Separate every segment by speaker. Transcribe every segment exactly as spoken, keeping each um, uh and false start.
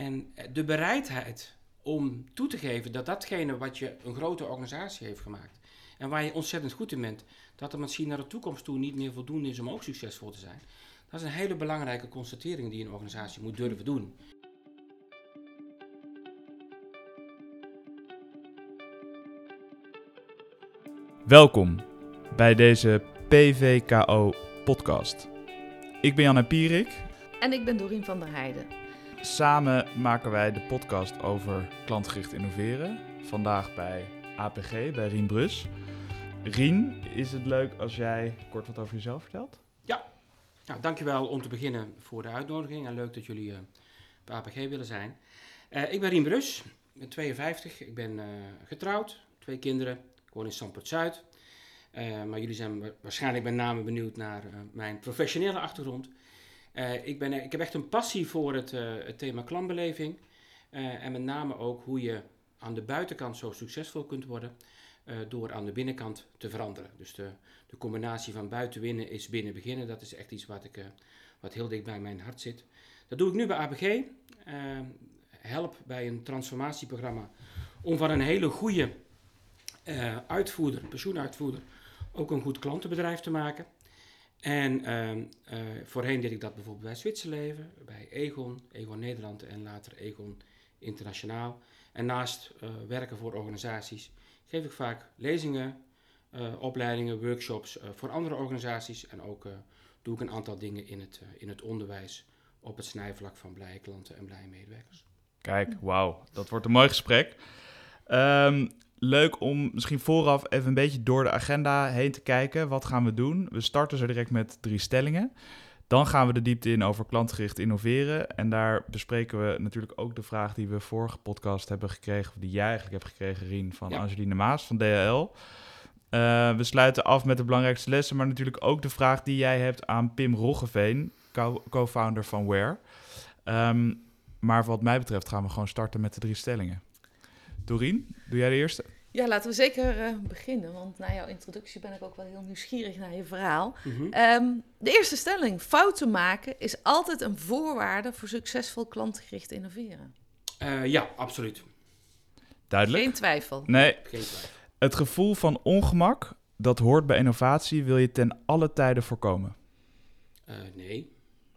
Speaker 1: En de bereidheid om toe te geven dat datgene wat je een grote organisatie heeft gemaakt en waar je ontzettend goed in bent, dat er misschien naar de toekomst toe niet meer voldoende is om ook succesvol te zijn. Dat is een hele belangrijke constatering die een organisatie moet durven doen.
Speaker 2: Welkom bij deze P V K O-podcast. Ik ben Jan Pierik.
Speaker 3: En ik ben Dorien van der Heijden.
Speaker 2: Samen maken wij de podcast over klantgericht innoveren. Vandaag bij A P G, bij Rien Brus. Rien, is het leuk als jij kort wat over jezelf vertelt?
Speaker 1: Ja, nou, dankjewel om te beginnen voor de uitnodiging. En leuk dat jullie uh, bij A P G willen zijn. Uh, ik ben Rien Brus, ik ben tweeënvijftig, ik ben uh, getrouwd, twee kinderen. Ik woon in Stamford-Zuid. Uh, maar jullie zijn waarschijnlijk met name benieuwd naar uh, mijn professionele achtergrond. Uh, ik, ben, ik heb echt een passie voor het, uh, het thema klantbeleving. Uh, en met name ook hoe je aan de buitenkant zo succesvol kunt worden uh, door aan de binnenkant te veranderen. Dus de, de combinatie van buiten winnen is binnen beginnen. Dat is echt iets wat, ik, uh, wat heel dicht bij mijn hart zit. Dat doe ik nu bij A P G. Uh, help bij een transformatieprogramma om van een hele goede uh, uitvoerder, pensioenuitvoerder, ook een goed klantenbedrijf te maken. En uh, uh, voorheen deed ik dat bijvoorbeeld bij Zwitserleven, bij Egon, Egon Nederland en later Egon Internationaal. En naast uh, werken voor organisaties geef ik vaak lezingen, uh, opleidingen, workshops uh, voor andere organisaties. En ook uh, doe ik een aantal dingen in het, uh, in het onderwijs op het snijvlak van blije klanten en blije medewerkers.
Speaker 2: Kijk, wauw, dat wordt een mooi gesprek. Um, Leuk om misschien vooraf even een beetje door de agenda heen te kijken. Wat gaan we doen? We starten zo direct met drie stellingen. Dan gaan we de diepte in over klantgericht innoveren. En daar bespreken we natuurlijk ook de vraag die we vorige podcast hebben gekregen, of die jij eigenlijk hebt gekregen, Rien, van ja. Angeline Maas van D H L. Uh, we sluiten af met de belangrijkste lessen, maar natuurlijk ook de vraag die jij hebt aan Pim Roggeveen, co- co-founder van Ware. Um, maar wat mij betreft gaan we gewoon starten met de drie stellingen. Dorien, doe jij de eerste?
Speaker 3: Ja, laten we zeker uh, beginnen, want na jouw introductie ben ik ook wel heel nieuwsgierig naar je verhaal.
Speaker 1: Mm-hmm.
Speaker 3: Um, de eerste stelling, fouten maken is altijd een voorwaarde voor succesvol klantgericht innoveren.
Speaker 1: Uh, ja, absoluut.
Speaker 2: Duidelijk?
Speaker 3: Geen twijfel.
Speaker 2: Nee.
Speaker 1: Geen twijfel.
Speaker 2: Het gevoel van ongemak, dat hoort bij innovatie, wil je ten alle tijden voorkomen?
Speaker 1: Uh, nee.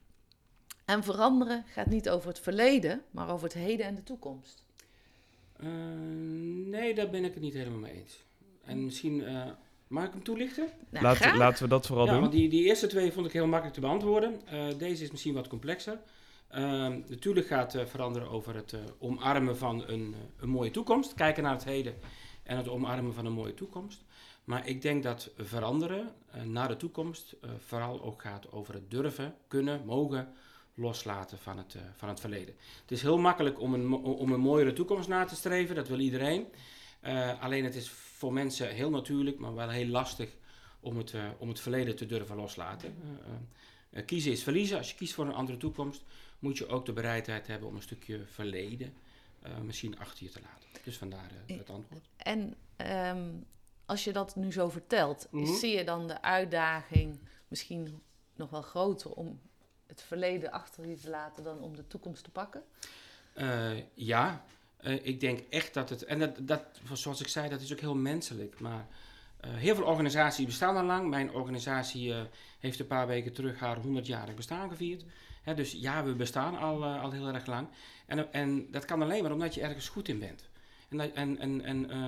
Speaker 3: En veranderen gaat niet over het verleden, maar over het heden en de toekomst.
Speaker 1: Uh, nee, daar ben ik het niet helemaal mee eens. En misschien, uh, mag ik hem toelichten?
Speaker 3: Nou,
Speaker 2: Laat, laten we dat vooral
Speaker 1: ja,
Speaker 2: doen.
Speaker 1: Want die, die eerste twee vond ik heel makkelijk te beantwoorden. Uh, deze is misschien wat complexer. Uh, natuurlijk gaat uh, veranderen over het uh, omarmen van een, uh, een mooie toekomst. Kijken naar het heden en het omarmen van een mooie toekomst. Maar ik denk dat veranderen uh, naar de toekomst uh, vooral ook gaat over het durven, kunnen, mogen loslaten van het, uh, van het verleden. Het is heel makkelijk om een, om een mooiere toekomst na te streven, dat wil iedereen. Uh, alleen het is voor mensen heel natuurlijk, maar wel heel lastig om het, uh, om het verleden te durven loslaten. Uh, uh, kiezen is verliezen. Als je kiest voor een andere toekomst, moet je ook de bereidheid hebben om een stukje verleden uh, misschien achter je te laten. Dus vandaar uh, het antwoord.
Speaker 3: En um, als je dat nu zo vertelt,
Speaker 1: Mm-hmm.
Speaker 3: zie je dan de uitdaging misschien nog wel groter om het verleden achter je te laten dan om de toekomst te pakken?
Speaker 1: Uh, ja, uh, ik denk echt dat het... En dat, dat, zoals ik zei, dat is ook heel menselijk. Maar uh, heel veel organisaties bestaan al lang. Mijn organisatie uh, heeft een paar weken terug haar honderdjarig bestaan gevierd. Hè, dus ja, we bestaan al, uh, al heel erg lang. En, en dat kan alleen maar omdat je ergens goed in bent. En, en, en, en, uh,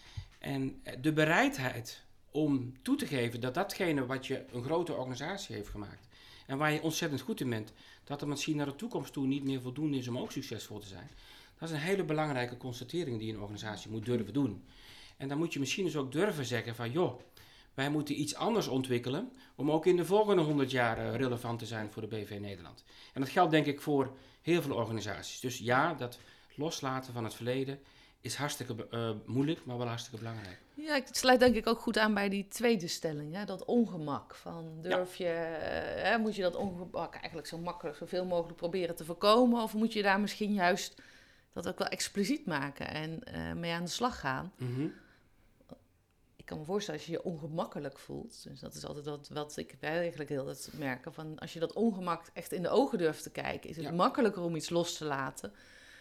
Speaker 1: en de bereidheid om toe te geven dat datgene wat je een grote organisatie heeft gemaakt en waar je ontzettend goed in bent, dat er misschien naar de toekomst toe niet meer voldoende is om ook succesvol te zijn. Dat is een hele belangrijke constatering die een organisatie moet durven doen. En dan moet je misschien dus ook durven zeggen van, joh, wij moeten iets anders ontwikkelen om ook in de volgende honderd jaar uh, relevant te zijn voor de B V Nederland. En dat geldt denk ik voor heel veel organisaties. Dus ja, dat loslaten van het verleden is hartstikke uh, moeilijk, maar wel hartstikke belangrijk.
Speaker 3: Ja, ik sluit denk ik ook goed aan bij die tweede stelling, hè? Dat ongemak. Van durf ja. je, uh, hè, moet je dat ongemak eigenlijk zo makkelijk, zoveel mogelijk proberen te voorkomen? Of moet je daar misschien juist dat ook wel expliciet maken en uh, mee aan de slag gaan?
Speaker 1: Mm-hmm.
Speaker 3: Ik kan me voorstellen als je je ongemakkelijk voelt. Dus dat is altijd wat, wat ik eigenlijk heel het merken. Van als je dat ongemak echt in de ogen durft te kijken, is het
Speaker 1: ja.
Speaker 3: makkelijker om iets los te laten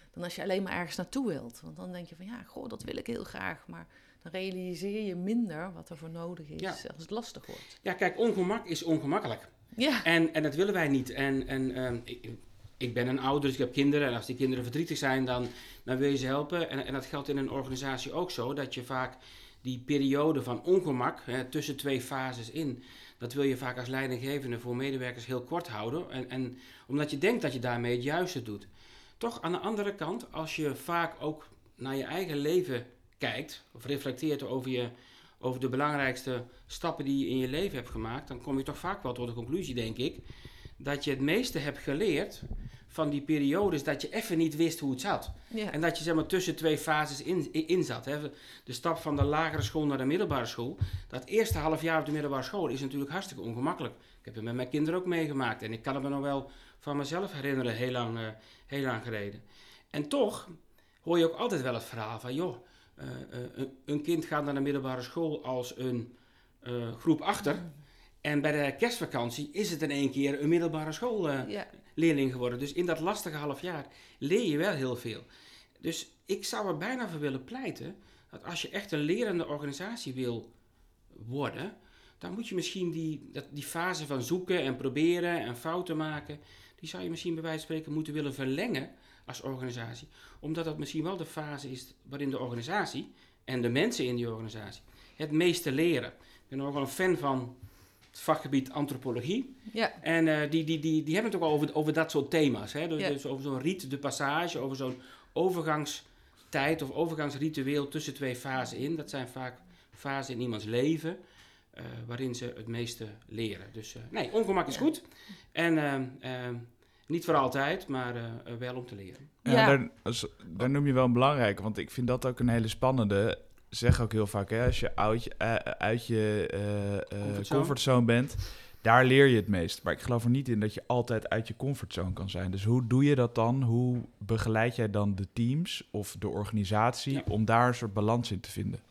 Speaker 3: dan als je alleen maar ergens naartoe wilt. Want dan denk je van, ja, goh, dat wil ik heel graag. Maar dan realiseer je minder wat er voor nodig is
Speaker 1: Ja.
Speaker 3: als het lastig wordt.
Speaker 1: Ja, kijk, ongemak is ongemakkelijk.
Speaker 3: Ja,
Speaker 1: En, en dat willen wij niet. En, en ehm, ik, ik ben een ouder, dus ik heb kinderen. En als die kinderen verdrietig zijn, dan, dan wil je ze helpen. En, en dat geldt in een organisatie ook zo. Dat je vaak die periode van ongemak, hè, tussen twee fases in... dat wil je vaak als leidinggevende voor medewerkers heel kort houden. En, en omdat je denkt dat je daarmee het juiste doet. Toch aan de andere kant, als je vaak ook naar je eigen leven kijkt... of reflecteert over, je, over de belangrijkste stappen die je in je leven hebt gemaakt... dan kom je toch vaak wel tot de conclusie, denk ik... dat je het meeste hebt geleerd van die periodes dat je even niet wist hoe het zat.
Speaker 3: ja.
Speaker 1: En dat je zeg maar tussen twee fases in, in zat. Hè. De stap van de lagere school naar de middelbare school. Dat eerste half jaar op de middelbare school is natuurlijk hartstikke ongemakkelijk. Ik heb het met mijn kinderen ook meegemaakt. En ik kan het me nog wel van mezelf herinneren, heel lang, uh, heel lang geleden. En toch hoor je ook altijd wel het verhaal van... joh, uh, uh, een, een kind gaat naar de middelbare school als een uh, groep achter... En bij de kerstvakantie is het in één keer een middelbare schoolleerling uh,
Speaker 3: ja.
Speaker 1: geworden. Dus in dat lastige half jaar leer je wel heel veel. Dus ik zou er bijna voor willen pleiten dat als je echt een lerende organisatie wil worden, dan moet je misschien die, dat, die fase van zoeken en proberen en fouten maken, die zou je misschien bij wijze van spreken moeten willen verlengen als organisatie. Omdat dat misschien wel de fase is waarin de organisatie en de mensen in die organisatie het meeste leren. Ik ben ook wel een fan van het vakgebied antropologie.
Speaker 3: Ja.
Speaker 1: En uh, die, die, die, die hebben het ook al over, over dat soort thema's. Hè? Dus,
Speaker 3: Ja.
Speaker 1: dus over zo'n rite de passage, over zo'n overgangstijd of overgangsritueel tussen twee fasen in. Dat zijn vaak fasen in iemands leven uh, waarin ze het meeste leren. Dus uh, nee, ongemak is
Speaker 3: Ja.
Speaker 1: goed. En uh, uh, niet voor altijd, maar uh, wel om te leren.
Speaker 2: Ja,
Speaker 3: Ja.
Speaker 2: Daar, als- daar noem je wel een belangrijke, want ik vind dat ook een hele spannende. Zeg ook heel vaak, hè, als je uit je, uh, uit je uh, uh,
Speaker 1: Comfortzone.
Speaker 2: comfortzone bent, daar leer je het meest. Maar ik geloof er niet in dat je altijd uit je comfortzone kan zijn. Dus hoe doe je dat dan? Hoe begeleid jij dan de teams of de organisatie
Speaker 1: Ja.
Speaker 2: om daar een soort balans in te vinden?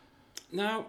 Speaker 1: Nou,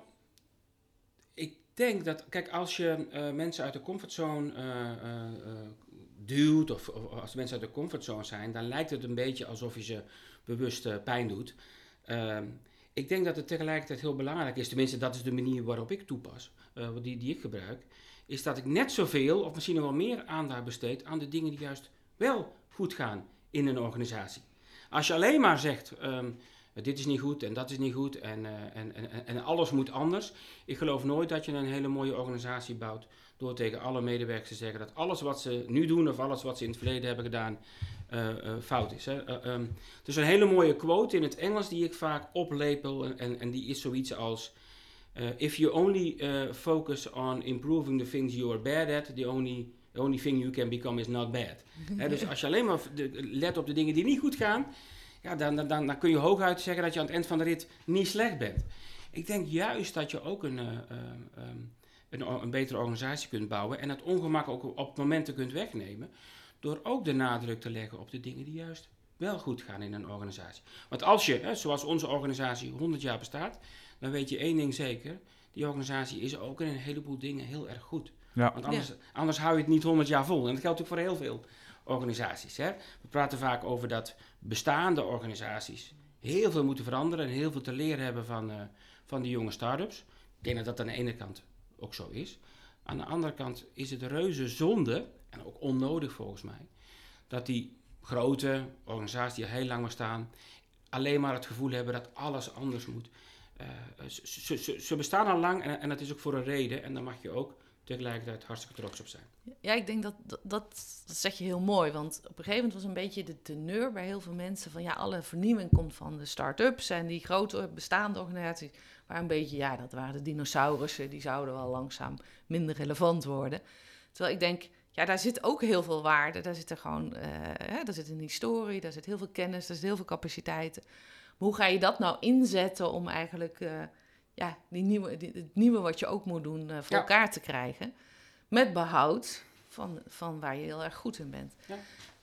Speaker 1: ik denk dat, kijk, als je uh, mensen uit de comfortzone uh, uh, uh, duwt, of, of als mensen uit de comfortzone zijn, dan lijkt het een beetje alsof je ze bewust uh, pijn doet. Uh, ik denk dat het tegelijkertijd heel belangrijk is, tenminste dat is de manier waarop ik toepas, uh, die, die ik gebruik, is dat ik net zoveel, of misschien nog wel meer aandacht besteed aan de dingen die juist wel goed gaan in een organisatie. Als je alleen maar zegt, um, dit is niet goed en dat is niet goed en, uh, en, en, en alles moet anders. Ik geloof nooit dat je een hele mooie organisatie bouwt door tegen alle medewerkers te zeggen dat alles wat ze nu doen of alles wat ze in het verleden hebben gedaan uh, uh, fout is. Hè. Uh, um, er is een hele mooie quote in het Engels die ik vaak oplepel en, en, en die is zoiets als uh, if you only uh, focus on improving the things you are bad at, the only, the only thing you can become is not bad. Hè, dus als je alleen maar de, let op de dingen die niet goed gaan, ja, dan, dan, dan kun je hooguit zeggen dat je aan het eind van de rit niet slecht bent. Ik denk juist dat je ook een, uh, um, een, een betere organisatie kunt bouwen en het ongemak ook op momenten kunt wegnemen, door ook de nadruk te leggen op de dingen die juist wel goed gaan in een organisatie. Want als je, hè, zoals onze organisatie honderd jaar bestaat, dan weet je één ding zeker, die organisatie is ook in een heleboel dingen heel erg goed.
Speaker 2: Ja.
Speaker 1: Want anders,
Speaker 3: Ja.
Speaker 1: anders hou je het niet honderd jaar vol. En dat geldt ook voor heel veel organisaties. Hè. We praten vaak over dat bestaande organisaties heel veel moeten veranderen en heel veel te leren hebben van, uh, van die jonge start-ups. Ik denk dat dat aan de ene kant ook zo is. Aan de andere kant is het reuze zonde, en ook onnodig volgens mij, dat die grote organisaties die al heel lang bestaan, alleen maar het gevoel hebben dat alles anders moet. Uh, ze, ze, ze bestaan al lang en, en dat is ook voor een reden. En daar mag je ook tegelijkertijd hartstikke trots op zijn.
Speaker 3: Ja, ik denk dat, dat, dat, dat zeg je heel mooi. Want op een gegeven moment was een beetje de teneur bij heel veel mensen van ja, alle vernieuwing komt van de start-ups en die grote bestaande organisaties waren een beetje, ja, dat waren de dinosaurussen, die zouden wel langzaam minder relevant worden. Terwijl ik denk, ja, daar zit ook heel veel waarde. Daar zit er gewoon, uh, hè, daar zit een historie, daar zit heel veel kennis, daar zit heel veel capaciteiten. Maar hoe ga je dat nou inzetten om eigenlijk uh, ja, die nieuwe, die, het nieuwe wat je ook moet doen uh, voor
Speaker 1: Ja.
Speaker 3: elkaar te krijgen? Met behoud van, van waar je heel erg goed in bent.
Speaker 1: Ja.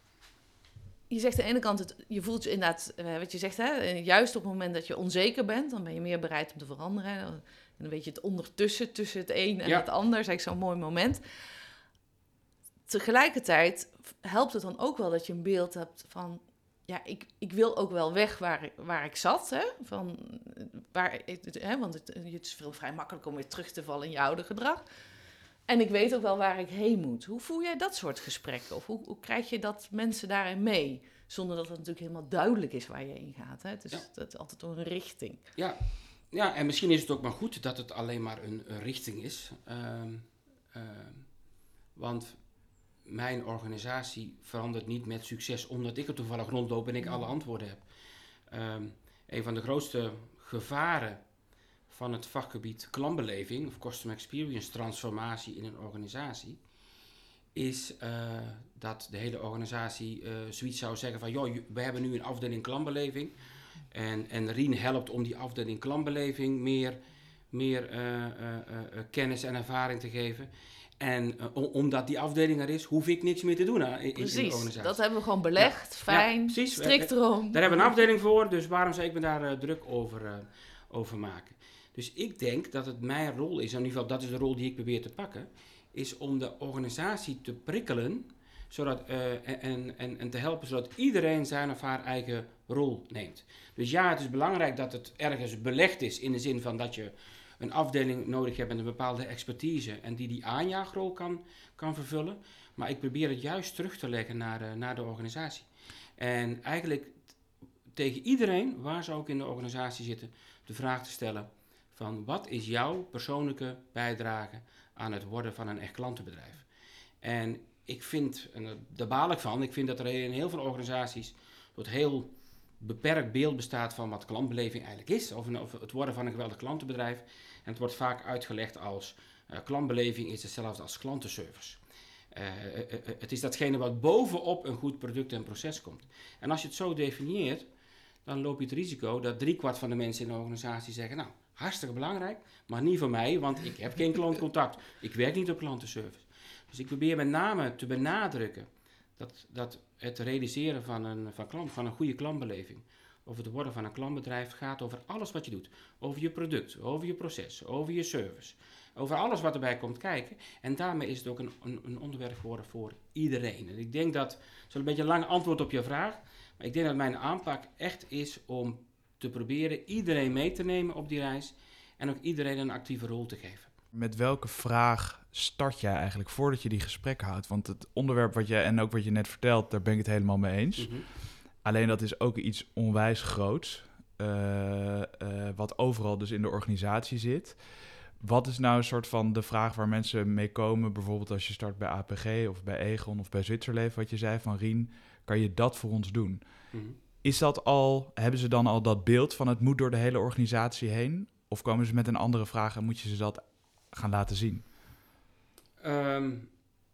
Speaker 3: Je zegt aan de ene kant, het, je voelt je inderdaad, uh, wat je zegt, hè, juist op het moment dat je onzeker bent, dan ben je meer bereid om te veranderen. En dan weet je het ondertussen, tussen het een en
Speaker 1: Ja.
Speaker 3: het ander, is eigenlijk zo'n mooi moment. Tegelijkertijd helpt het dan ook wel dat je een beeld hebt van ja, ik, ik wil ook wel weg waar ik, waar ik zat. Hè? Van, waar, hè? Want het, het is veel vrij makkelijk om weer terug te vallen in je oude gedrag. En ik weet ook wel waar ik heen moet. Hoe voel jij dat soort gesprekken? Of hoe, hoe krijg je dat mensen daarin mee? Zonder dat het natuurlijk helemaal duidelijk is waar je heen gaat. Hè? Het is,
Speaker 1: Ja.
Speaker 3: het is altijd een richting.
Speaker 1: Ja. ja, en misschien is het ook maar goed dat het alleen maar een, een richting is. Um, um, want mijn organisatie verandert niet met succes omdat ik er toevallig rondloop en ik alle antwoorden heb. Um, een van de grootste gevaren van het vakgebied klantbeleving of customer experience transformatie in een organisatie is uh, dat de hele organisatie uh, zoiets zou zeggen van joh, we hebben nu een afdeling klantbeleving en, en Rien helpt om die afdeling klantbeleving meer, meer uh, uh, uh, kennis en ervaring te geven. En uh, omdat die afdeling er is, hoef ik niks meer te doen uh, in,
Speaker 3: Precies,
Speaker 1: in de organisatie.
Speaker 3: Dat hebben we gewoon belegd,
Speaker 1: ja.
Speaker 3: fijn,
Speaker 1: ja,
Speaker 3: strikt erom.
Speaker 1: Daar hebben we een afdeling voor, dus waarom zou ik me daar uh, druk over, uh, over maken? Dus ik denk dat het mijn rol is, in ieder geval dat is de rol die ik probeer te pakken, is om de organisatie te prikkelen zodat, uh, en, en, en te helpen zodat iedereen zijn of haar eigen rol neemt. Dus ja, het is belangrijk dat het ergens belegd is in de zin van dat je een afdeling nodig hebt met een bepaalde expertise en die die aanjaagrol kan, kan vervullen. Maar ik probeer het juist terug te leggen naar de, naar de organisatie. En eigenlijk tegen iedereen, waar ze ook in de organisatie zitten, de vraag te stellen van wat is jouw persoonlijke bijdrage aan het worden van een echt klantenbedrijf. En ik vind, en daar baal ik van, ik vind dat er in heel veel organisaties tot heel beperkt beeld bestaat van wat klantbeleving eigenlijk is, of, een, of het worden van een geweldig klantenbedrijf. En het wordt vaak uitgelegd als uh, klantbeleving is hetzelfde als klantenservice. Uh, uh, uh, het is datgene wat bovenop een goed product en proces komt. En als je het zo definieert, dan loop je het risico dat driekwart van de mensen in de organisatie zeggen, nou, hartstikke belangrijk, maar niet voor mij, want ik heb geen klantcontact. Ik werk niet op klantenservice. Dus ik probeer met name te benadrukken dat, dat het realiseren van een, van, klant, van een goede klantbeleving, of het worden van een klantbedrijf, gaat over alles wat je doet. Over je product, over je proces, over je service, over alles wat erbij komt kijken. En daarmee is het ook een, een, een onderwerp geworden voor iedereen. En ik denk dat, het is een beetje een lang antwoord op je vraag, maar ik denk dat mijn aanpak echt is om te proberen iedereen mee te nemen op die reis en ook iedereen een actieve rol te geven.
Speaker 2: Met welke vraag start jij eigenlijk voordat je die gesprek houdt? Want het onderwerp wat jij en ook wat je net vertelt, daar ben ik het helemaal mee eens.
Speaker 1: Mm-hmm.
Speaker 2: Alleen dat is ook iets onwijs groots, uh, uh, wat overal dus in de organisatie zit. Wat is nou een soort van de vraag waar mensen mee komen, bijvoorbeeld als je start bij A P G of bij Egon of bij Zwitserleven, wat je zei van Rien, kan je dat voor ons doen?
Speaker 1: Mm-hmm.
Speaker 2: Is dat al, hebben ze dan al dat beeld van het moet door de hele organisatie heen? Of komen ze met een andere vraag en moet je ze dat gaan laten zien?
Speaker 1: Um,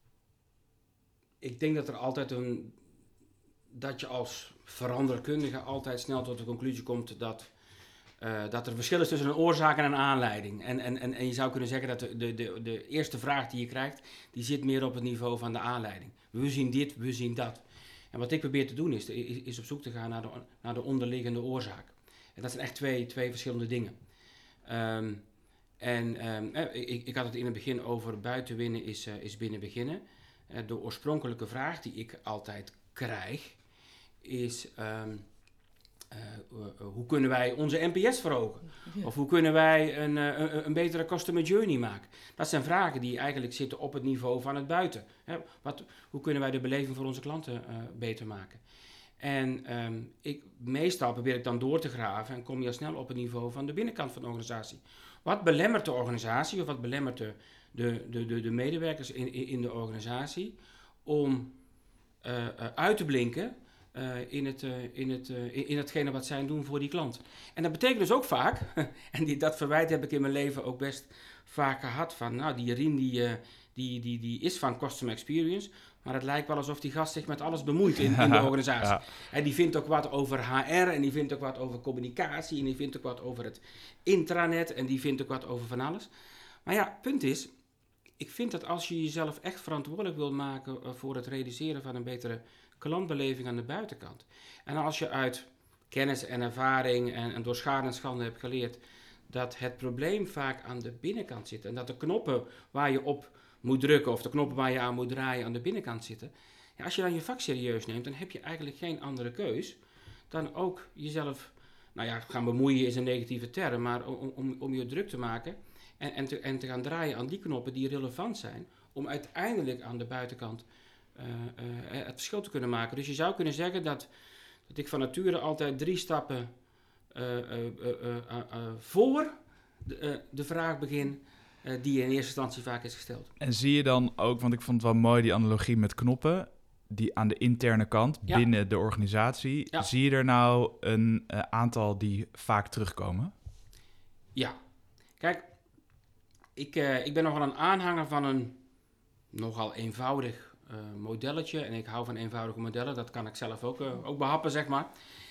Speaker 1: ik denk dat er altijd een, dat je als veranderkundige altijd snel tot de conclusie komt dat, uh, dat er verschil is tussen een oorzaak en een aanleiding. En, en, en, en je zou kunnen zeggen dat de, de, de, de eerste vraag die je krijgt, die zit meer op het niveau van de aanleiding. We zien dit, we zien dat. En wat ik probeer te doen is, is, is op zoek te gaan naar de, naar de onderliggende oorzaak. En dat zijn echt twee, twee verschillende dingen. Um, En um, ik, ik had het in het begin over buiten winnen is, uh, is binnen beginnen. Uh, de oorspronkelijke vraag die ik altijd krijg is um, uh, uh, uh, hoe kunnen wij onze N P S verhogen? Ja. Of hoe kunnen wij een, uh, een, een betere customer journey maken? Dat zijn vragen die eigenlijk zitten op het niveau van het buiten. Hè? Wat, hoe kunnen wij de beleving voor onze klanten uh, beter maken? En um, ik, meestal probeer ik dan door te graven en kom je al snel op het niveau van de binnenkant van de organisatie. Wat belemmert de organisatie of wat belemmert de, de, de, de, de medewerkers in, in de organisatie om uh, uh, uit te blinken uh, in, het, uh, in, het, uh, in, in hetgene wat zij doen voor die klant? En dat betekent dus ook vaak, en die, dat verwijt heb ik in mijn leven ook best vaak gehad, van nou die Rien die, uh, die, die, die is van customer experience, maar het lijkt wel alsof die gast zich met alles bemoeit in, in de organisatie. Ja. En die vindt ook wat over H R en die vindt ook wat over communicatie en die vindt ook wat over het intranet en die vindt ook wat over van alles. Maar ja, punt is, ik vind dat als je jezelf echt verantwoordelijk wilt maken uh, voor het realiseren van een betere klantbeleving aan de buitenkant. En als je uit kennis en ervaring en, en door schade en schande hebt geleerd dat het probleem vaak aan de binnenkant zit en dat de knoppen waar je op moet drukken of de knoppen waar je aan moet draaien aan de binnenkant zitten, Ja, als je dan je vak serieus neemt, dan heb je eigenlijk geen andere keus dan ook jezelf, nou ja, gaan bemoeien is een negatieve term, maar om, om, om je druk te maken en, en, te, en te gaan draaien aan die knoppen die relevant zijn, om uiteindelijk aan de buitenkant uh, uh, het verschil te kunnen maken. Dus je zou kunnen zeggen dat, dat ik van nature altijd drie stappen uh, uh, uh, uh, uh, uh, voor de, uh, de vraag begin uh, die in eerste instantie vaak is gesteld.
Speaker 2: En zie je dan ook, want ik vond het wel mooi die analogie met knoppen, die aan de interne kant
Speaker 1: Ja.
Speaker 2: binnen de organisatie,
Speaker 1: Ja.
Speaker 2: zie je er nou een uh, aantal die vaak terugkomen?
Speaker 1: Ja, kijk, ik, uh, ik ben nogal een aanhanger van een nogal eenvoudig uh, modelletje. En ik hou van eenvoudige modellen, dat kan ik zelf ook, uh, ook behappen, zeg maar.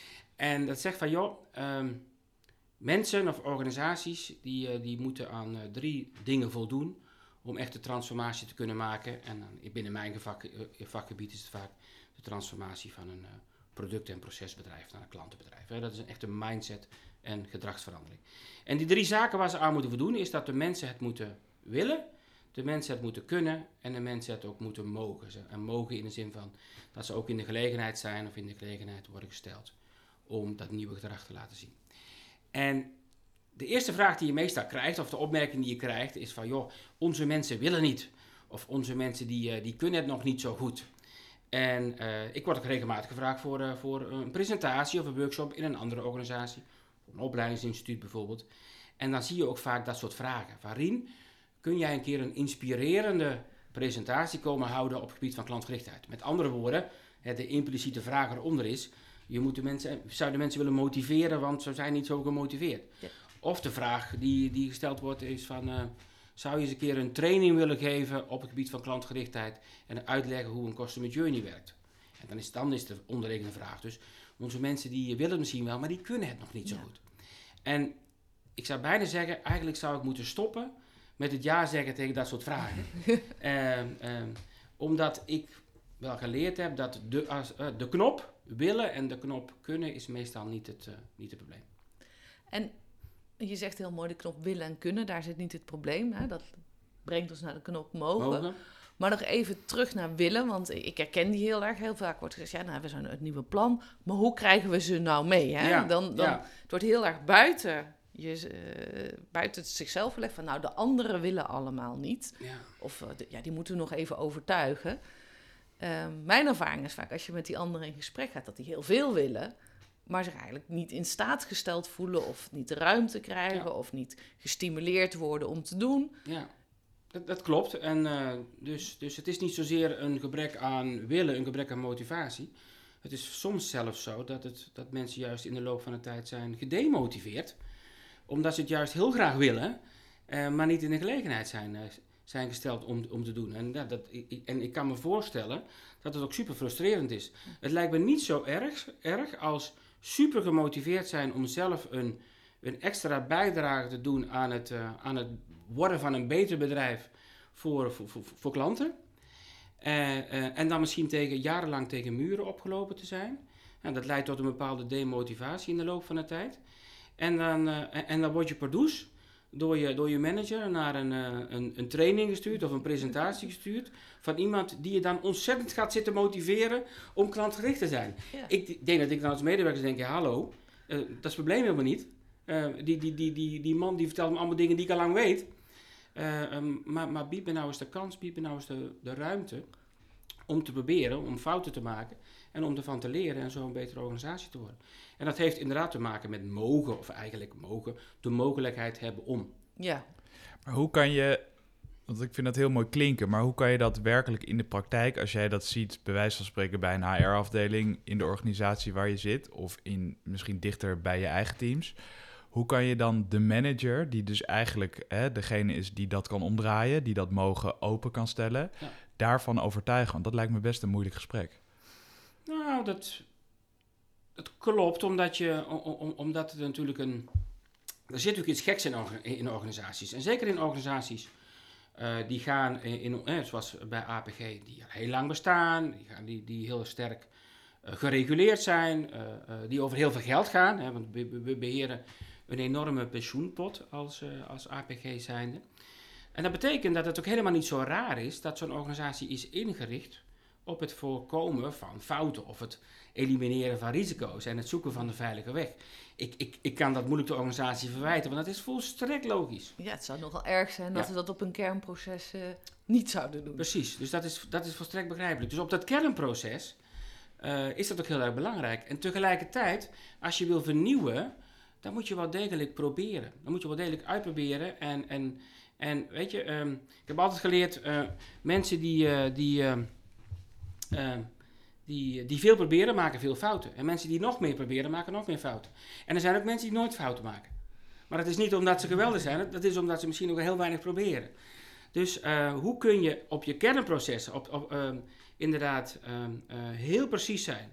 Speaker 1: En dat zegt van, joh, um, mensen of organisaties die, uh, die moeten aan uh, drie dingen voldoen om echt de transformatie te kunnen maken. En uh, binnen mijn vak, uh, vakgebied is het vaak de transformatie van een uh, product- en procesbedrijf naar een klantenbedrijf. Hè. Dat is een echte mindset en gedragsverandering. En die drie zaken waar ze aan moeten voldoen is dat de mensen het moeten willen, de mensen het moeten kunnen en de mensen het ook moeten mogen. En mogen in de zin van dat ze ook in de gelegenheid zijn of in de gelegenheid worden gesteld om dat nieuwe gedrag te laten zien. En de eerste vraag die je meestal krijgt, of de opmerking die je krijgt, is van, joh, onze mensen willen niet. Of onze mensen die, die kunnen het nog niet zo goed. En uh, ik word ook regelmatig gevraagd voor, uh, voor een presentatie of een workshop in een andere organisatie. Een opleidingsinstituut bijvoorbeeld. En dan zie je ook vaak dat soort vragen. Van, Rien, kun jij een keer een inspirerende presentatie komen houden op het gebied van klantgerichtheid? Met andere woorden, de impliciete vraag eronder is, je moet de mensen, zou de mensen willen motiveren, want ze zijn niet zo gemotiveerd. Ja. Of de vraag die, die gesteld wordt is van, uh, zou je eens een keer een training willen geven op het gebied van klantgerichtheid en uitleggen hoe een customer journey werkt? En dan is, dan is de onderliggende vraag dus, onze mensen die willen het misschien wel, maar die kunnen het nog niet zo ja. goed. En ik zou bijna zeggen, eigenlijk zou ik moeten stoppen met het ja zeggen tegen dat soort vragen. uh, uh, omdat ik wel geleerd heb dat de, uh, de knop willen en de knop kunnen is meestal niet het, uh, niet het probleem.
Speaker 3: En je zegt heel mooi de knop willen en kunnen, daar zit niet het probleem. Hè? Dat brengt ons naar de knop mogen. mogen. Maar nog even terug naar willen, want ik herken die heel erg. Heel vaak wordt gezegd, ja, nou hebben we zo'n het nieuwe plan. Maar hoe krijgen we ze nou mee? Hè? Ja, dan, dan, ja. Het wordt heel erg buiten, je, uh, buiten het zichzelf gelegd van, nou, de anderen willen allemaal niet. Ja. Of uh, de, ja, die moeten we nog even overtuigen. Uh, mijn ervaring is vaak, als je met die anderen in gesprek gaat, dat die heel veel willen, maar zich eigenlijk niet in staat gesteld voelen of niet de ruimte krijgen ja. of niet gestimuleerd worden om te doen.
Speaker 1: Ja. Dat, dat klopt. En, uh, dus, dus het is niet zozeer een gebrek aan willen, een gebrek aan motivatie. Het is soms zelfs zo dat, het, dat mensen juist in de loop van de tijd zijn gedemotiveerd. Omdat ze het juist heel graag willen, uh, maar niet in de gelegenheid zijn, uh, zijn gesteld om, om te doen. En, dat, dat, ik, en ik kan me voorstellen dat het ook super frustrerend is. Het lijkt me niet zo erg, erg als super gemotiveerd zijn om zelf een, een extra bijdrage te doen aan het, uh, aan het worden van een beter bedrijf voor, voor, voor, voor klanten. Uh, uh, en dan misschien tegen, jarenlang tegen muren opgelopen te zijn. Nou, dat leidt tot een bepaalde demotivatie in de loop van de tijd. En dan, uh, en dan word je per douche door je, door je manager naar een, uh, een, een training gestuurd of een presentatie gestuurd van iemand die je dan ontzettend gaat zitten motiveren om klantgericht te zijn. Ja. Ik denk dat ik dan als medewerker denk, ja, hallo, uh, dat is het probleem helemaal niet. Uh, die, die, die, die, die man die vertelt me allemaal dingen die ik al lang weet. Uh, um, maar, maar bied me nou eens de kans, bied me nou eens de, de ruimte om te proberen, om fouten te maken en om ervan te leren en zo een betere organisatie te worden. En dat heeft inderdaad te maken met mogen, of eigenlijk mogen, de mogelijkheid hebben om.
Speaker 3: Ja.
Speaker 2: Maar hoe kan je, want ik vind dat heel mooi klinken, maar hoe kan je dat werkelijk in de praktijk, als jij dat ziet, bij wijze van spreken bij een H R-afdeling in de organisatie waar je zit, of in misschien dichter bij je eigen teams, hoe kan je dan de manager, die dus eigenlijk hè, degene is die dat kan omdraaien, die dat mogen open kan stellen, ja. daarvan overtuigen? Want dat lijkt me best een moeilijk gesprek.
Speaker 1: Nou, dat, dat klopt, omdat, je, om, omdat er natuurlijk een... Er zit natuurlijk iets geks in, in organisaties. En zeker in organisaties uh, die gaan, in, in, eh, zoals bij A P G, die al heel lang bestaan, die, gaan, die, die heel sterk uh, gereguleerd zijn, uh, uh, die over heel veel geld gaan. Hè, want we, we beheren een enorme pensioenpot als, uh, als A P G zijnde. En dat betekent dat het ook helemaal niet zo raar is dat zo'n organisatie is ingericht op het voorkomen van fouten of het elimineren van risico's en het zoeken van de veilige weg. Ik, ik, ik kan dat moeilijk de organisatie verwijten, want dat is volstrekt logisch.
Speaker 3: Ja, het zou nogal erg zijn dat
Speaker 1: Ja.
Speaker 3: we dat op een kernproces uh, niet zouden doen.
Speaker 1: Precies, dus dat is, dat is volstrekt begrijpelijk. Dus op dat kernproces uh, is dat ook heel erg belangrijk. En tegelijkertijd, als je wil vernieuwen, dan moet je wel degelijk proberen. Dan moet je wel degelijk uitproberen. En, en, en weet je, um, ik heb altijd geleerd, uh, mensen die, uh, die, uh, uh, die, die veel proberen, maken veel fouten. En mensen die nog meer proberen, maken nog meer fouten. En er zijn ook mensen die nooit fouten maken. Maar dat is niet omdat ze geweldig zijn, dat is omdat ze misschien ook heel weinig proberen. Dus uh, hoe kun je op je kernprocessen op, op, uh, inderdaad uh, uh, heel precies zijn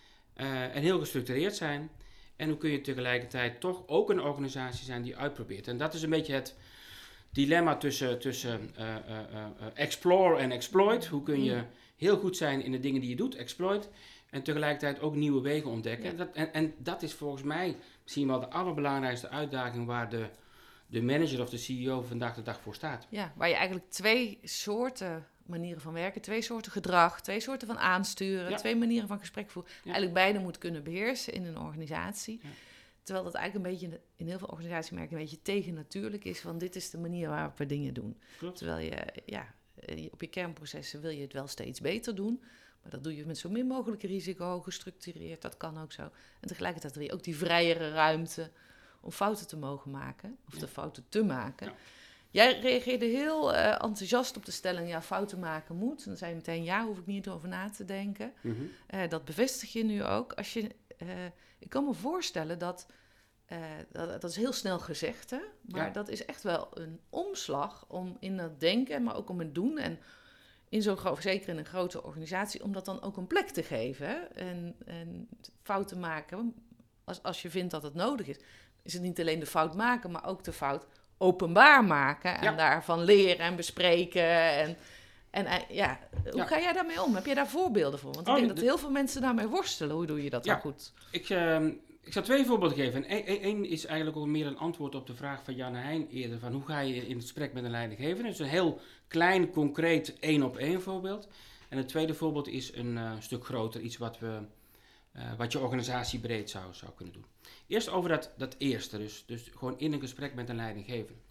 Speaker 1: uh, en heel gestructureerd zijn. En hoe kun je tegelijkertijd toch ook een organisatie zijn die uitprobeert. En dat is een beetje het dilemma tussen, tussen uh, uh, uh, explore en exploit. Hoe kun je heel goed zijn in de dingen die je doet, exploit. En tegelijkertijd ook nieuwe wegen ontdekken. Ja. En, dat, en, en dat is volgens mij misschien wel de allerbelangrijkste uitdaging waar de, de manager of de C E O vandaag de dag voor staat.
Speaker 3: Ja, waar je eigenlijk twee soorten manieren van werken, twee soorten gedrag, twee soorten van aansturen, ja. twee manieren van gesprek voeren. Ja. Eigenlijk beide moet kunnen beheersen in een organisatie. Ja. Terwijl dat eigenlijk een beetje in heel veel organisaties merk een beetje tegennatuurlijk is van dit is de manier waarop we dingen doen. Klopt. Terwijl je, ja, op je kernprocessen wil je het wel steeds beter doen. Maar dat doe je met zo min mogelijk risico, gestructureerd, dat kan ook zo. En tegelijkertijd wil je ook die vrijere ruimte om fouten te mogen maken, of ja. de fouten te maken. Ja. Jij reageerde heel uh, enthousiast op de stelling, ja, fouten maken moet. En dan zei je meteen, ja, hoef ik niet over na te denken. Mm-hmm. Uh, dat bevestig je nu ook. Als je, uh, ik kan me voorstellen dat, uh, dat, dat is heel snel gezegd, hè? Maar ja. dat is echt wel een omslag om in het denken, maar ook om het doen en in zo'n gro- zeker in een grote organisatie, om dat dan ook een plek te geven. Hè? En, en fouten maken, als, als je vindt dat het nodig is, is het niet alleen de fout maken, maar ook de fout openbaar maken. En ja. daarvan leren en bespreken. En, en ja, hoe ja. ga jij daarmee om? Heb jij daar voorbeelden voor? Want ik oh, denk dat heel veel mensen daarmee worstelen. Hoe doe je dat ja. dan goed?
Speaker 1: Ik, uh, ik zal twee voorbeelden geven. Eén is eigenlijk ook meer een antwoord op de vraag van Jan Heijn eerder. Van hoe ga je in het gesprek met een leidinggevende? Dat is een heel klein, concreet, één op één voorbeeld. En het tweede voorbeeld is een uh, stuk groter. Iets wat, we, uh, wat je organisatie breed zou, zou kunnen doen. Eerst over dat, dat eerste. Dus, dus gewoon in een gesprek met een leidinggevende.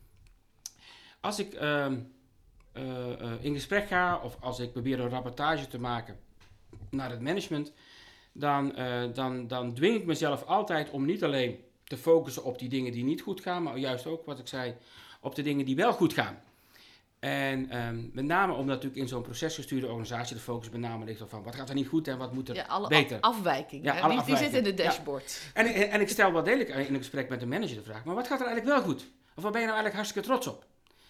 Speaker 1: Als ik uh, uh, uh, in gesprek ga of als ik probeer een rapportage te maken naar het management, dan, uh, dan, dan dwing ik mezelf altijd om niet alleen te focussen op die dingen die niet goed gaan, maar juist ook, wat ik zei, op de dingen die wel goed gaan. En um, met name omdat natuurlijk in zo'n procesgestuurde organisatie de focus met name ligt op van wat gaat er niet goed en wat moet er ja, alle beter.
Speaker 3: Afwijkingen, ja, alle die, afwijkingen. Die zitten in de dashboard.
Speaker 1: Ja. En, en, en ik stel wel degelijk in een gesprek met de manager de vraag, maar wat gaat er eigenlijk wel goed? Of waar ben je nou eigenlijk hartstikke trots op?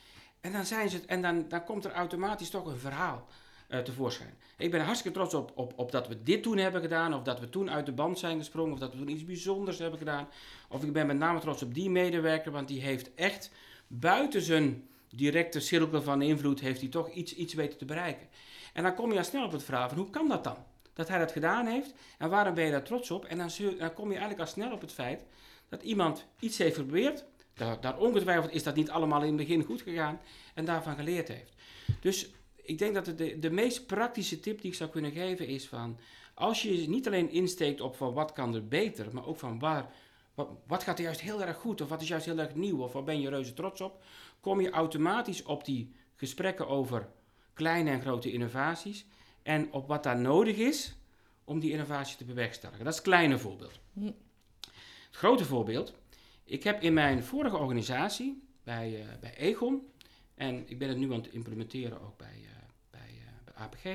Speaker 1: En dan, zijn ze, en dan, dan komt er automatisch toch een verhaal uh, tevoorschijn. Ik ben hartstikke trots op, op, op dat we dit toen hebben gedaan, of dat we toen uit de band zijn gesprongen, of dat we toen iets bijzonders hebben gedaan. Of ik ben met name trots op die medewerker, want die heeft echt buiten zijn directe cirkel van invloed, heeft hij toch iets, iets weten te bereiken. En dan kom je al snel op het vraag van hoe kan dat dan? Dat hij dat gedaan heeft, en waarom ben je daar trots op? En dan, dan kom je eigenlijk al snel op het feit dat iemand iets heeft geprobeerd. Daar, daar ongetwijfeld is dat niet allemaal in het begin goed gegaan en daarvan geleerd heeft. Dus ik denk dat de, de meest praktische tip die ik zou kunnen geven is van, als je niet alleen insteekt op van wat kan er beter, maar ook van waar, wat, wat gaat er juist heel erg goed of wat is juist heel erg nieuw of waar ben je reuze trots op, kom je automatisch op die gesprekken over kleine en grote innovaties en op wat daar nodig is om die innovatie te bewerkstelligen. Dat is het kleine voorbeeld. Het grote voorbeeld. Ik heb in mijn vorige organisatie, bij, uh, bij Egon, en ik ben het nu aan het implementeren ook bij, uh, bij, uh, bij A P G,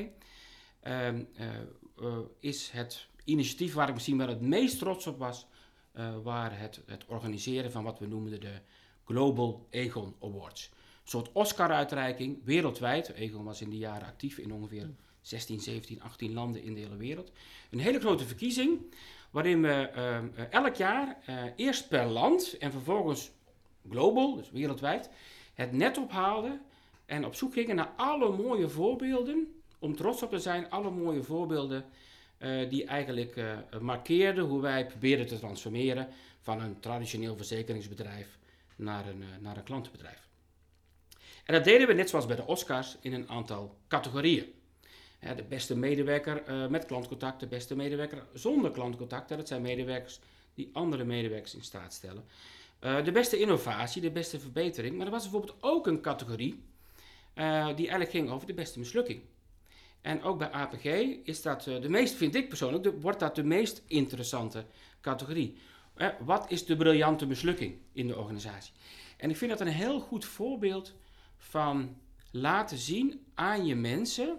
Speaker 1: uh, uh, uh, is het initiatief waar ik misschien wel het meest trots op was, uh, waar het, het organiseren van wat we noemden de Global Egon Awards. Een soort Oscar-uitreiking, wereldwijd. Egon was in die jaren actief in ongeveer zestien, zeventien, achttien landen in de hele wereld. Een hele grote verkiezing, waarin we uh, uh, elk jaar uh, eerst per land en vervolgens global, dus wereldwijd, het net ophaalden en op zoek gingen naar alle mooie voorbeelden, om trots op te zijn, alle mooie voorbeelden uh, die eigenlijk uh, markeerden hoe wij probeerden te transformeren van een traditioneel verzekeringsbedrijf naar een, uh, naar een klantenbedrijf. En dat deden we net zoals bij de Oscars in een aantal categorieën. Ja, de beste medewerker uh, met klantcontact, de beste medewerker zonder klantcontact. Dat zijn medewerkers die andere medewerkers in staat stellen. Uh, de beste innovatie, de beste verbetering. Maar er was bijvoorbeeld ook een categorie uh, die eigenlijk ging over de beste mislukking. En ook bij A P G is dat uh, de meest, vind ik persoonlijk, de, wordt dat de meest interessante categorie. Uh, wat is de briljante mislukking in de organisatie? En ik vind dat een heel goed voorbeeld van laten zien aan je mensen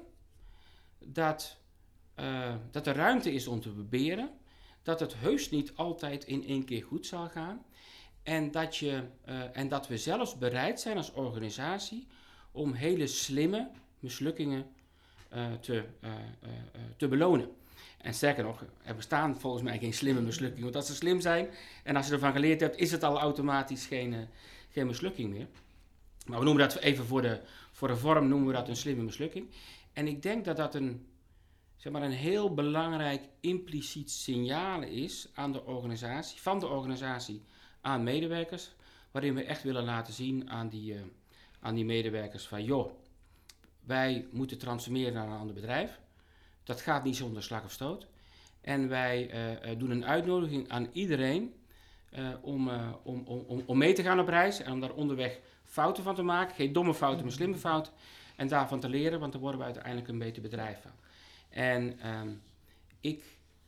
Speaker 1: dat, uh, dat er ruimte is om te proberen, dat het heus niet altijd in één keer goed zal gaan en dat, je, uh, en dat we zelfs bereid zijn als organisatie om hele slimme mislukkingen uh, te, uh, uh, uh, te belonen. En sterker nog, er bestaan volgens mij geen slimme mislukkingen, want als ze slim zijn en als je ervan geleerd hebt, is het al automatisch geen, uh, geen mislukking meer. Maar we noemen dat even voor de, voor de vorm noemen we dat een slimme mislukking. En ik denk dat dat een, zeg maar een heel belangrijk impliciet signaal is aan de organisatie, van de organisatie aan medewerkers, waarin we echt willen laten zien aan die, uh, aan die medewerkers van joh, wij moeten transformeren naar een ander bedrijf. Dat gaat niet zonder slag of stoot. En wij uh, uh, doen een uitnodiging aan iedereen uh, om, uh, om, om, om mee te gaan op reis en om daar onderweg fouten van te maken. Geen domme fouten, maar slimme fouten. En daarvan te leren, want dan worden we uiteindelijk een beter bedrijf van. En um, ik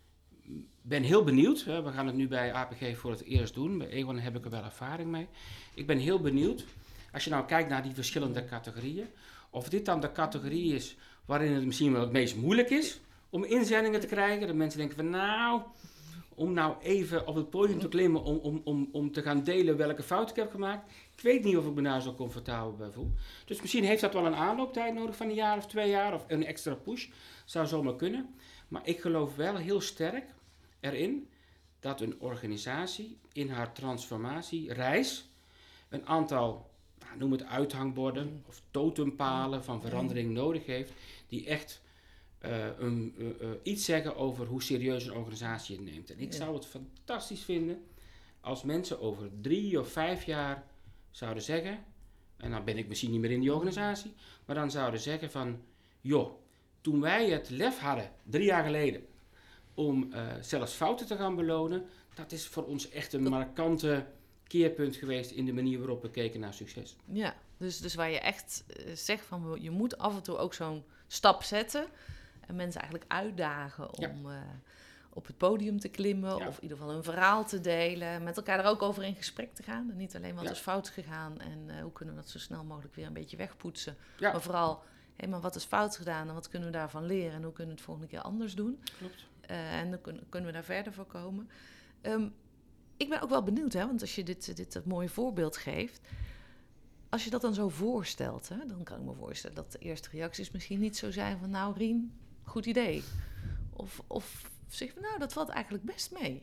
Speaker 1: ben heel benieuwd. Hè, we gaan het nu bij A P G voor het eerst doen. Bij Egon heb ik er wel ervaring mee. Ik ben heel benieuwd, als je nou kijkt naar die verschillende categorieën, of dit dan de categorie is waarin het misschien wel het meest moeilijk is om inzendingen te krijgen. Dat mensen denken van nou, om nou even op het podium te klimmen om, om, om, om te gaan delen welke fout ik heb gemaakt. Ik weet niet of ik me daar zo comfortabel bij voel. Dus misschien heeft dat wel een aanlooptijd nodig van een jaar of twee jaar of een extra push. Zou zomaar kunnen. Maar ik geloof wel heel sterk erin dat een organisatie in haar transformatiereis een aantal, nou, noem het uithangborden of totempalen van verandering nodig heeft, die echt uh, een, uh, uh, iets zeggen over hoe serieus een organisatie het neemt. En ik zou het fantastisch vinden als mensen over drie of vijf jaar zouden zeggen, en dan ben ik misschien niet meer in die organisatie, maar dan zouden zeggen van, joh, toen wij het lef hadden, drie jaar geleden, om uh, zelfs fouten te gaan belonen, dat is voor ons echt een markante keerpunt geweest in de manier waarop we keken naar succes.
Speaker 3: Ja, dus, dus waar je echt uh, zegt van, je moet af en toe ook zo'n stap zetten en mensen eigenlijk uitdagen om ja. uh, op het podium te klimmen ja. of in ieder geval een verhaal te delen, met elkaar er ook over in gesprek te gaan. En niet alleen wat ja. is fout gegaan en uh, hoe kunnen we dat zo snel mogelijk weer een beetje wegpoetsen, ja. maar vooral, hé, maar wat is fout gedaan en wat kunnen we daarvan leren en hoe kunnen we het volgende keer anders doen.
Speaker 1: Klopt.
Speaker 3: Uh, en dan kun, kunnen we daar verder voor komen. Um, ik ben ook wel benieuwd, hè, want als je dit, dit dat mooie voorbeeld geeft, als je dat dan zo voorstelt, hè, dan kan ik me voorstellen dat de eerste reacties misschien niet zo zijn van, nou Rien, goed idee. Of, of zeg je, nou, dat valt eigenlijk best mee.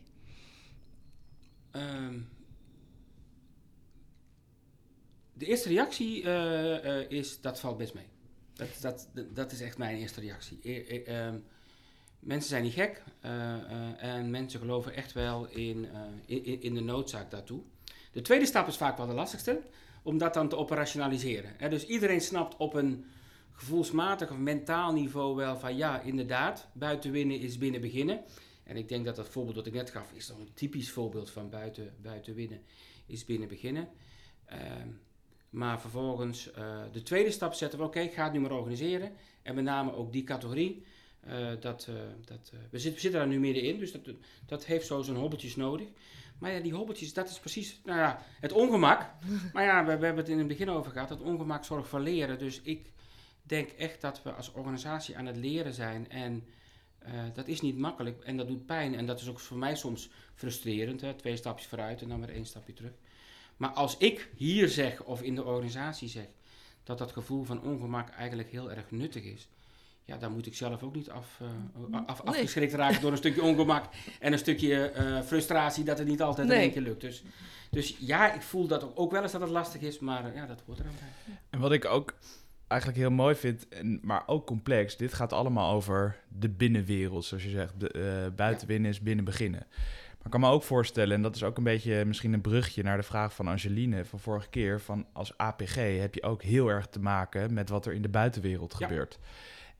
Speaker 1: Um, de eerste reactie uh, uh, is, dat valt best mee. Dat, dat, dat is echt mijn eerste reactie. E- e- um, Mensen zijn niet gek uh, uh, en mensen geloven echt wel in, uh, in, in de noodzaak daartoe. De tweede stap is vaak wel de lastigste, om dat dan te operationaliseren. Hè? Dus iedereen snapt op een gevoelsmatig of mentaal niveau wel van ja, inderdaad, buiten winnen is binnen beginnen. En ik denk dat dat voorbeeld dat ik net gaf, is dan een typisch voorbeeld van buiten, buiten winnen is binnen beginnen. Uh, maar vervolgens uh, de tweede stap zetten we, oké, okay, ik ga het nu maar organiseren. En met name ook die categorie. Uh, dat, uh, dat, uh, we, zit, we zitten daar nu middenin, dus dat, dat heeft zo zijn hobbeltjes nodig. Maar ja, die hobbeltjes, dat is precies, nou ja, het ongemak. Maar ja, we, we hebben het in het begin over gehad, dat ongemak zorgt voor leren. Dus ik denk echt dat we als organisatie aan het leren zijn. En uh, dat is niet makkelijk en dat doet pijn. En dat is ook voor mij soms frustrerend, hè? Twee stapjes vooruit en dan weer één stapje terug. Maar als ik hier zeg, of in de organisatie zeg, dat dat gevoel van ongemak eigenlijk heel erg nuttig is, ja, dan moet ik zelf ook niet af, uh, af,
Speaker 3: nee.
Speaker 1: afgeschrikt raken door een stukje ongemak en een stukje uh, frustratie dat het niet altijd nee. in één keer lukt. Dus, dus ja, ik voel dat ook, ook wel eens dat het lastig is, maar uh, ja, dat hoort er aan bij.
Speaker 2: En wat ik ook eigenlijk heel mooi vind, en, maar ook complex, dit gaat allemaal over de binnenwereld, zoals je zegt. De, uh, buiten winnen is binnen beginnen. Maar ik kan me ook voorstellen, en dat is ook een beetje misschien een brugje naar de vraag van Angeline van vorige keer, van als A P G heb je ook heel erg te maken met wat er in de buitenwereld
Speaker 1: ja.
Speaker 2: gebeurt.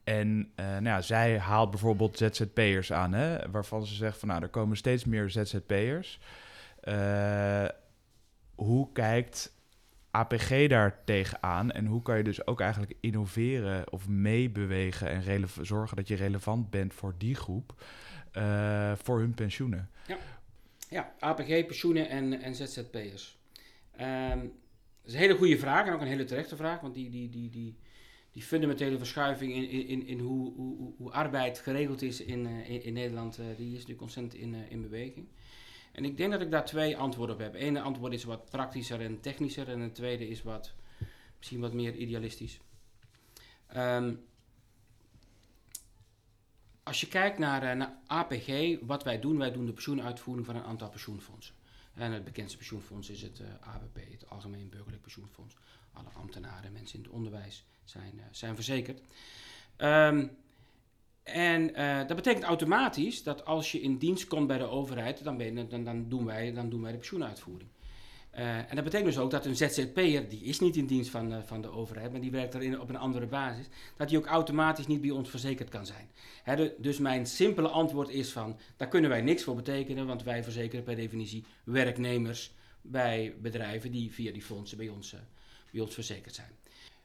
Speaker 2: En uh, nou ja, zij haalt bijvoorbeeld Z Z P'ers aan, hè, waarvan ze zegt van nou, er komen steeds meer Z Z P'ers. Uh, hoe kijkt A P G daar tegenaan en hoe kan je dus ook eigenlijk innoveren of meebewegen en rele- zorgen dat je relevant bent voor die groep, uh, voor hun pensioenen?
Speaker 1: Ja, ja A P G, pensioenen en, en Z Z P'ers. Um, dat is een hele goede vraag en ook een hele terechte vraag, want die, die, die, die, die fundamentele verschuiving in, in, in hoe, hoe, hoe arbeid geregeld is in, in, in Nederland, uh, die is nu constant in, uh, in beweging. En ik denk dat ik daar twee antwoorden op heb. Eén antwoord is wat praktischer en technischer en het tweede is wat, misschien wat meer idealistisch. Um, als je kijkt naar, uh, naar A P G, wat wij doen, wij doen de pensioenuitvoering van een aantal pensioenfondsen. En het bekendste pensioenfonds is het uh, A B P, het Algemeen Burgerlijk Pensioenfonds. Alle ambtenaren en mensen in het onderwijs zijn, uh, zijn verzekerd. Um, en uh, dat betekent automatisch dat als je in dienst komt bij de overheid, dan, ben je, dan, dan, doen, wij, dan doen wij de pensioenuitvoering. Uh, en dat betekent dus ook dat een Z Z P'er, die is niet in dienst van, uh, van de overheid, maar die werkt er op een andere basis, dat die ook automatisch niet bij ons verzekerd kan zijn. He, de, dus mijn simpele antwoord is van, daar kunnen wij niks voor betekenen, want wij verzekeren per definitie werknemers bij bedrijven die via die fondsen bij ons, uh, bij ons verzekerd zijn.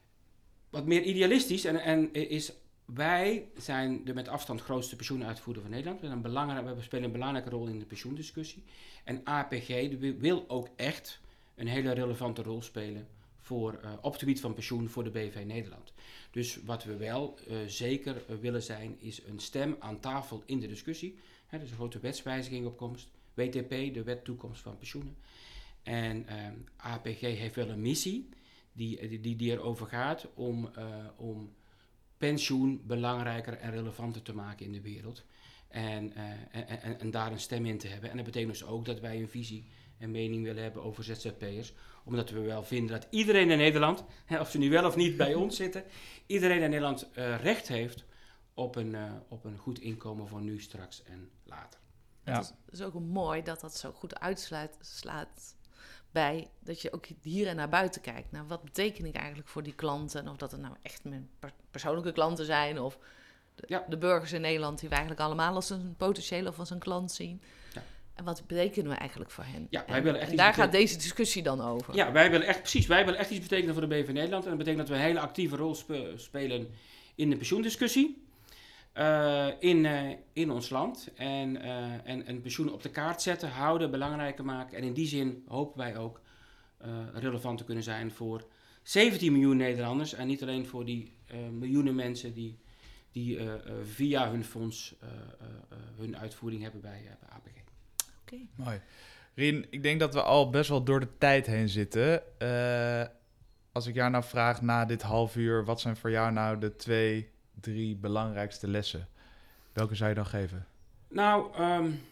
Speaker 1: Wat meer idealistisch en, en is, wij zijn de met afstand grootste pensioenuitvoerder van Nederland. We, zijn een belangrijk, we spelen een belangrijke rol in de pensioendiscussie. En A P G wil ook echt een hele relevante rol spelen voor, uh, op het gebied van pensioen voor de B V Nederland. Dus wat we wel uh, zeker uh, willen zijn, is een stem aan tafel in de discussie. He, er is een grote wetswijziging op komst. W T P, de Wet Toekomst van Pensioenen. En uh, A P G heeft wel een missie die, die, die erover gaat om... Uh, om pensioen belangrijker en relevanter te maken in de wereld. En, uh, en, en, en daar een stem in te hebben. En dat betekent dus ook dat wij een visie en mening willen hebben over Z Z P'ers. Omdat we wel vinden dat iedereen in Nederland, hè, of ze nu wel of niet bij ons zitten, iedereen in Nederland uh, recht heeft op een, uh, op een goed inkomen voor nu, straks en later.
Speaker 3: Ja. Het is, is ook mooi dat dat zo goed uitslaat bij dat je ook hier en naar buiten kijkt. Nou, wat beteken ik eigenlijk voor die klanten? Of dat het nou echt mijn persoonlijke klanten zijn of de, ja. de burgers in Nederland die we eigenlijk allemaal als een potentiële of als een klant zien. Ja. En wat betekenen we eigenlijk voor hen?
Speaker 1: Ja, wij
Speaker 3: en,
Speaker 1: willen echt
Speaker 3: en daar
Speaker 1: betekenen...
Speaker 3: gaat deze discussie dan over.
Speaker 1: Ja, wij willen echt precies. Wij willen echt iets betekenen voor de B V Nederland. En dat betekent dat we een hele actieve rol spe- spelen in de pensioendiscussie. Uh, in, uh, in ons land. En, uh, en, en pensioenen op de kaart zetten, houden, belangrijker maken. En in die zin hopen wij ook uh, relevant te kunnen zijn voor zeventien miljoen Nederlanders. En niet alleen voor die uh, miljoenen mensen die, die uh, uh, via hun fonds uh, uh, uh, hun uitvoering hebben bij, uh, bij A P G.
Speaker 2: Okay. Mooi. Rien, ik denk dat we al best wel door de tijd heen zitten. Uh, als ik jou nou vraag na dit half uur, wat zijn voor jou nou de twee... drie belangrijkste lessen. Welke zou je dan geven?
Speaker 1: Nou, um,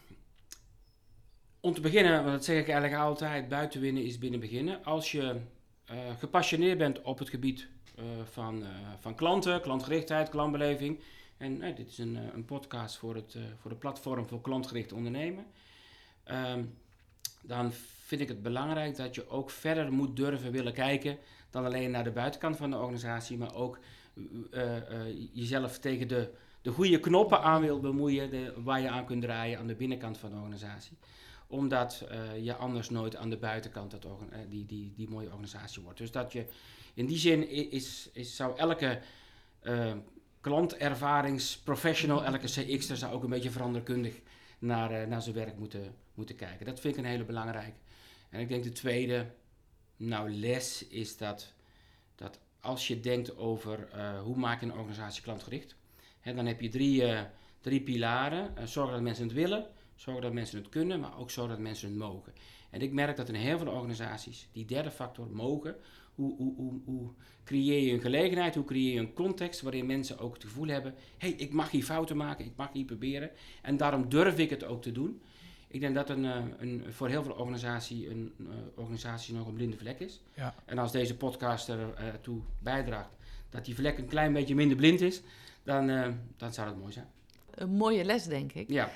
Speaker 1: om te beginnen, want dat zeg ik eigenlijk altijd, buiten winnen is binnen beginnen. Als je uh, gepassioneerd bent op het gebied uh, van, uh, van klanten, klantgerichtheid, klantbeleving. En uh, dit is een, uh, een podcast voor het, uh, voor de platform voor klantgericht ondernemen. Um, dan vind ik het belangrijk dat je ook verder moet durven willen kijken dan alleen naar de buitenkant van de organisatie, maar ook Uh, uh, jezelf tegen de, de goede knoppen aan wil bemoeien, de, waar je aan kunt draaien aan de binnenkant van de organisatie. Omdat uh, je anders nooit aan de buitenkant dat orga- uh, die, die, die mooie organisatie wordt. Dus dat je in die zin is, is, zou elke uh, klantervaringsprofessional, elke C X'er zou ook een beetje veranderkundig naar, uh, naar zijn werk moeten, moeten kijken. Dat vind ik een hele belangrijke. En ik denk de tweede nou, les is dat, dat als je denkt over uh, hoe maak je een organisatie klantgericht, hè, dan heb je drie, uh, drie pilaren. Uh, zorgen dat mensen het willen, zorgen dat mensen het kunnen, maar ook zorgen dat mensen het mogen. En ik merk dat in heel veel organisaties die derde factor mogen, hoe, hoe, hoe, hoe creëer je een gelegenheid, hoe creëer je een context waarin mensen ook het gevoel hebben, hé, hey, ik mag hier fouten maken, ik mag hier proberen en daarom durf ik het ook te doen. Ik denk dat een, een, voor heel veel organisatie een uh, organisatie nog een blinde vlek is. Ja. En als deze podcast ertoe uh, bijdraagt dat die vlek een klein beetje minder blind is, dan, uh, dan zou dat mooi zijn.
Speaker 3: Een mooie les, denk ik.
Speaker 1: Ja.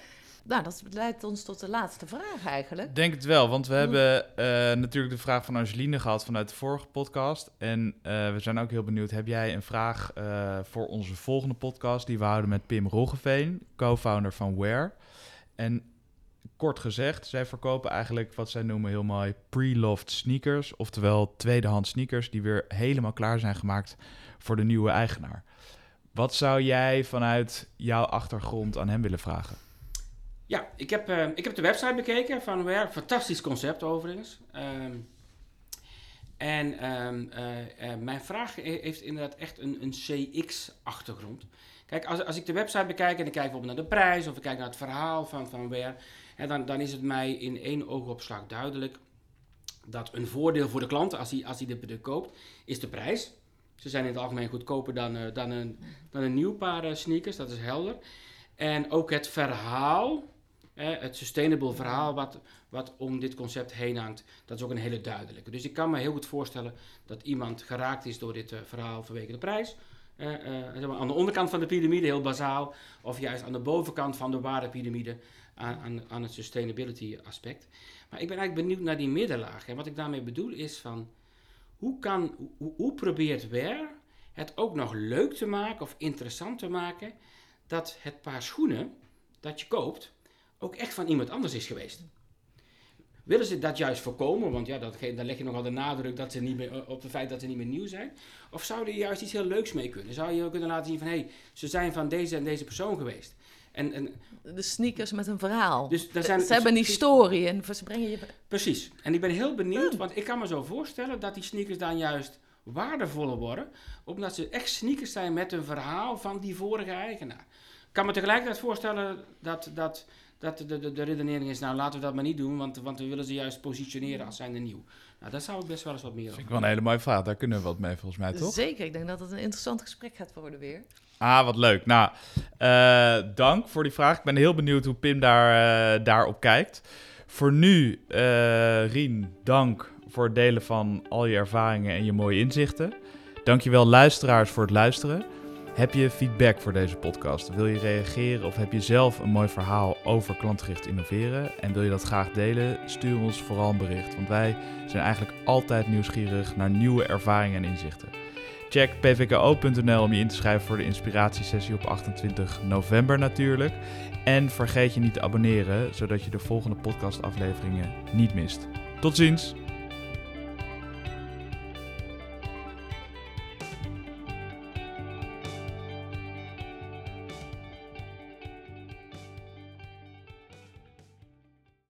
Speaker 3: Nou, dat leidt ons tot de laatste vraag eigenlijk.
Speaker 2: Denk het wel, want we hebben uh, natuurlijk de vraag van Angeline gehad vanuit de vorige podcast. En uh, we zijn ook heel benieuwd, heb jij een vraag uh, voor onze volgende podcast die we houden met Pim Roggeveen, co-founder van Wear. En kort gezegd, zij verkopen eigenlijk wat zij noemen heel mooi pre-loved sneakers. Oftewel tweedehands sneakers die weer helemaal klaar zijn gemaakt voor de nieuwe eigenaar. Wat zou jij vanuit jouw achtergrond aan hem willen vragen?
Speaker 1: Ja, ik heb, uh, ik heb de website bekeken van Wear. Fantastisch concept overigens. Um, en um, uh, uh, mijn vraag heeft inderdaad echt een, een C X-achtergrond. Kijk, als, als ik de website bekijk en ik kijk bijvoorbeeld naar de prijs of ik kijk naar het verhaal van, van Wear, en dan, dan is het mij in één oogopslag duidelijk dat een voordeel voor de klant, als hij, als hij dit product koopt, is de prijs. Ze zijn in het algemeen goedkoper dan, uh, dan, een, dan een nieuw paar uh, sneakers, dat is helder. En ook het verhaal, eh, het sustainable verhaal wat, wat om dit concept heen hangt, dat is ook een hele duidelijke. Dus ik kan me heel goed voorstellen dat iemand geraakt is door dit uh, verhaal vanwege de prijs. Uh, uh, aan de onderkant van de piramide, heel bazaal, of juist aan de bovenkant van de waardepiramide aan, aan, aan het sustainability aspect. Maar ik ben eigenlijk benieuwd naar die middenlaag. En wat ik daarmee bedoel is van, hoe, kan, hoe, hoe probeert Wear het ook nog leuk te maken of interessant te maken dat het paar schoenen dat je koopt ook echt van iemand anders is geweest. Willen ze dat juist voorkomen? Want ja, dat, dan leg je nogal de nadruk dat ze niet meer, op het feit dat ze niet meer nieuw zijn. Of zou er juist iets heel leuks mee kunnen? Zou je kunnen laten zien van, hé, hey, ze zijn van deze en deze persoon geweest. En, en,
Speaker 3: de sneakers met een verhaal.
Speaker 1: Dus daar zijn,
Speaker 3: ze hebben een historie en ze brengen je...
Speaker 1: Precies. En ik ben heel benieuwd, hmm. want ik kan me zo voorstellen dat die sneakers dan juist waardevoller worden, omdat ze echt sneakers zijn met een verhaal van die vorige eigenaar. Ik kan me tegelijkertijd voorstellen dat, dat, dat de, de, de redenering is, nou laten we dat maar niet doen, want, want we willen ze juist positioneren als zijnde nieuw. Nou, daar zou ik best wel eens wat meer over.
Speaker 2: Vind ik wel een hele mooie vraag, daar kunnen we wat mee volgens mij, toch?
Speaker 3: Zeker, ik denk dat het een interessant gesprek gaat worden weer.
Speaker 2: Ah, wat leuk. Nou, uh, dank voor die vraag. Ik ben heel benieuwd hoe Pim daar, uh, daarop kijkt. Voor nu, uh, Rien, dank voor het delen van al je ervaringen en je mooie inzichten. Dankjewel luisteraars voor het luisteren. Heb je feedback voor deze podcast? Wil je reageren of heb je zelf een mooi verhaal over klantgericht innoveren? En wil je dat graag delen? Stuur ons vooral een bericht, want wij zijn eigenlijk altijd nieuwsgierig naar nieuwe ervaringen en inzichten. Check p v k o punt n l om je in te schrijven voor de inspiratiesessie op achtentwintig november natuurlijk. En vergeet je niet te abonneren, zodat je de volgende podcastafleveringen niet mist. Tot ziens!